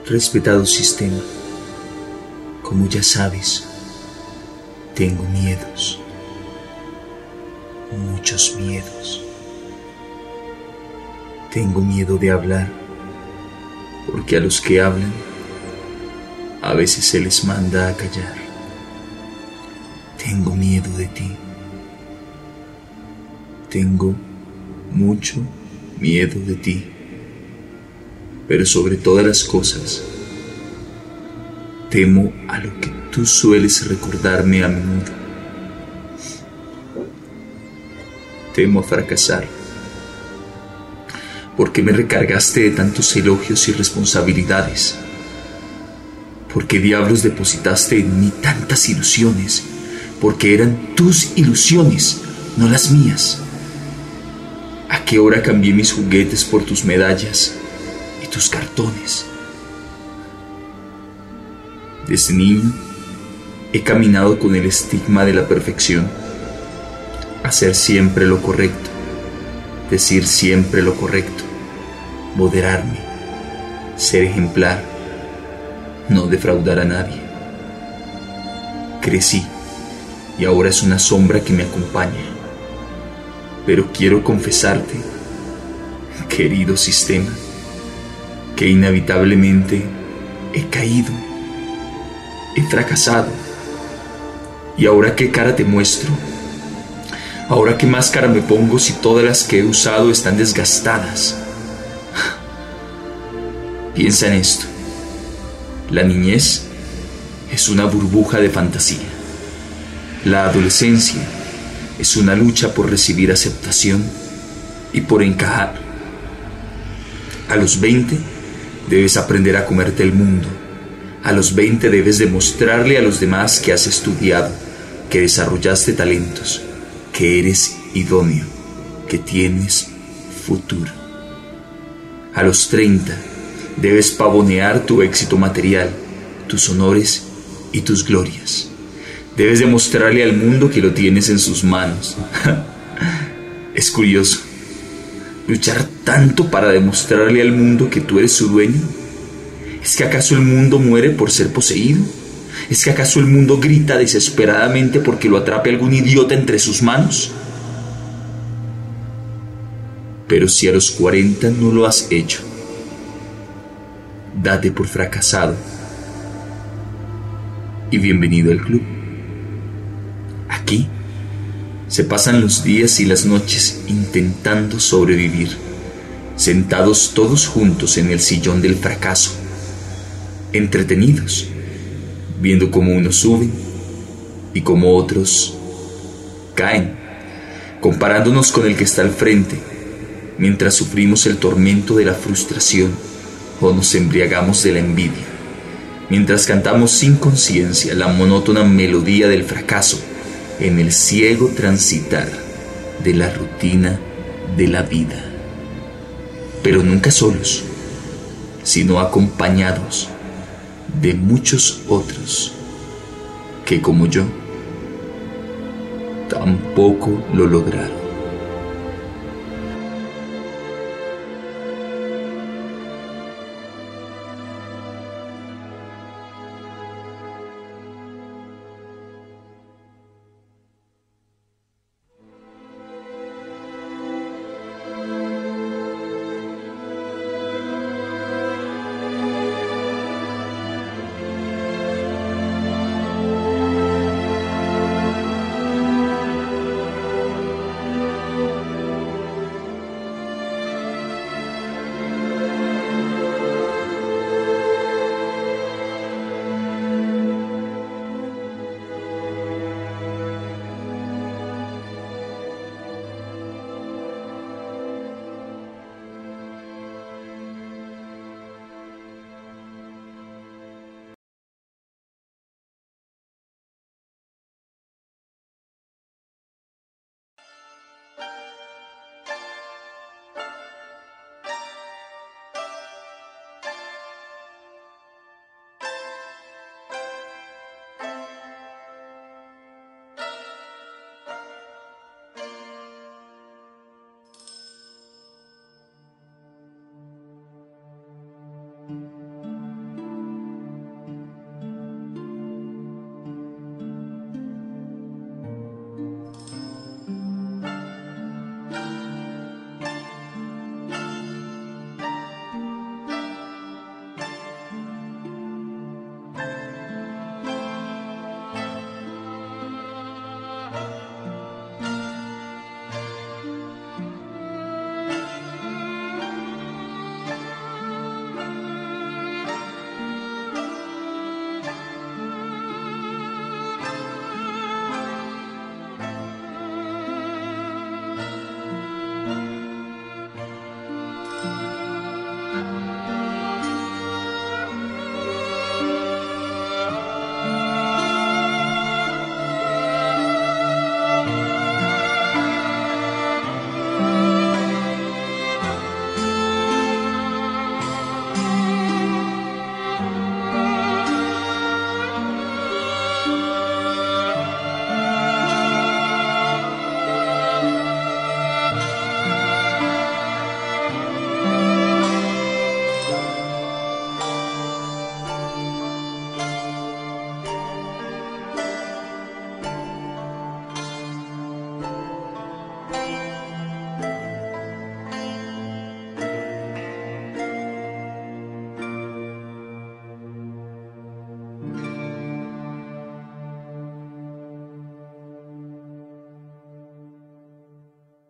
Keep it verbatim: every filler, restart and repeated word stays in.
Respetado sistema, como ya sabes, tengo miedos, muchos miedos. Tengo miedo de hablar, porque a los que hablan, a veces se les manda a callar. Tengo miedo de ti. Tengo mucho miedo de ti. Pero sobre todas las cosas, temo a lo que tú sueles recordarme a menudo. Temo a fracasar, porque me recargaste de tantos elogios y responsabilidades. Porque diablos depositaste en mí tantas ilusiones, porque eran tus ilusiones, no las mías. ¿A qué hora cambié mis juguetes por tus medallas y tus cartones? Desde niño he caminado con el estigma de la perfección, hacer siempre lo correcto, decir siempre lo correcto, moderarme, ser ejemplar, no defraudar a nadie. Crecí y ahora es una sombra que me acompaña. Pero quiero confesarte, querido sistema, que inevitablemente he caído, he fracasado. ¿Y ahora qué cara te muestro? ¿Ahora qué máscara me pongo si todas las que he usado están desgastadas? Piensa en esto. La niñez es una burbuja de fantasía. La adolescencia es una lucha por recibir aceptación y por encajar. A los veinte debes aprender a comerte el mundo. A los veinte debes demostrarle a los demás que has estudiado, que desarrollaste talentos, que eres idóneo, que tienes futuro. A los treinta debes pavonear tu éxito material, tus honores y tus glorias. Debes demostrarle al mundo que lo tienes en sus manos. Es curioso, luchar tanto para demostrarle al mundo que tú eres su dueño. ¿Es que acaso el mundo muere por ser poseído? ¿Es que acaso el mundo grita desesperadamente porque lo atrape algún idiota entre sus manos? Pero si a los cuarenta no lo has hecho, date por fracasado y bienvenido al club. Aquí se pasan los días y las noches intentando sobrevivir, sentados todos juntos en el sillón del fracaso, entretenidos, viendo cómo unos suben y cómo otros caen, comparándonos con el que está al frente, mientras sufrimos el tormento de la frustración o nos embriagamos de la envidia, mientras cantamos sin conciencia la monótona melodía del fracaso en el ciego transitar de la rutina de la vida. Pero nunca solos, sino acompañados de muchos otros que, como yo, tampoco lo lograron.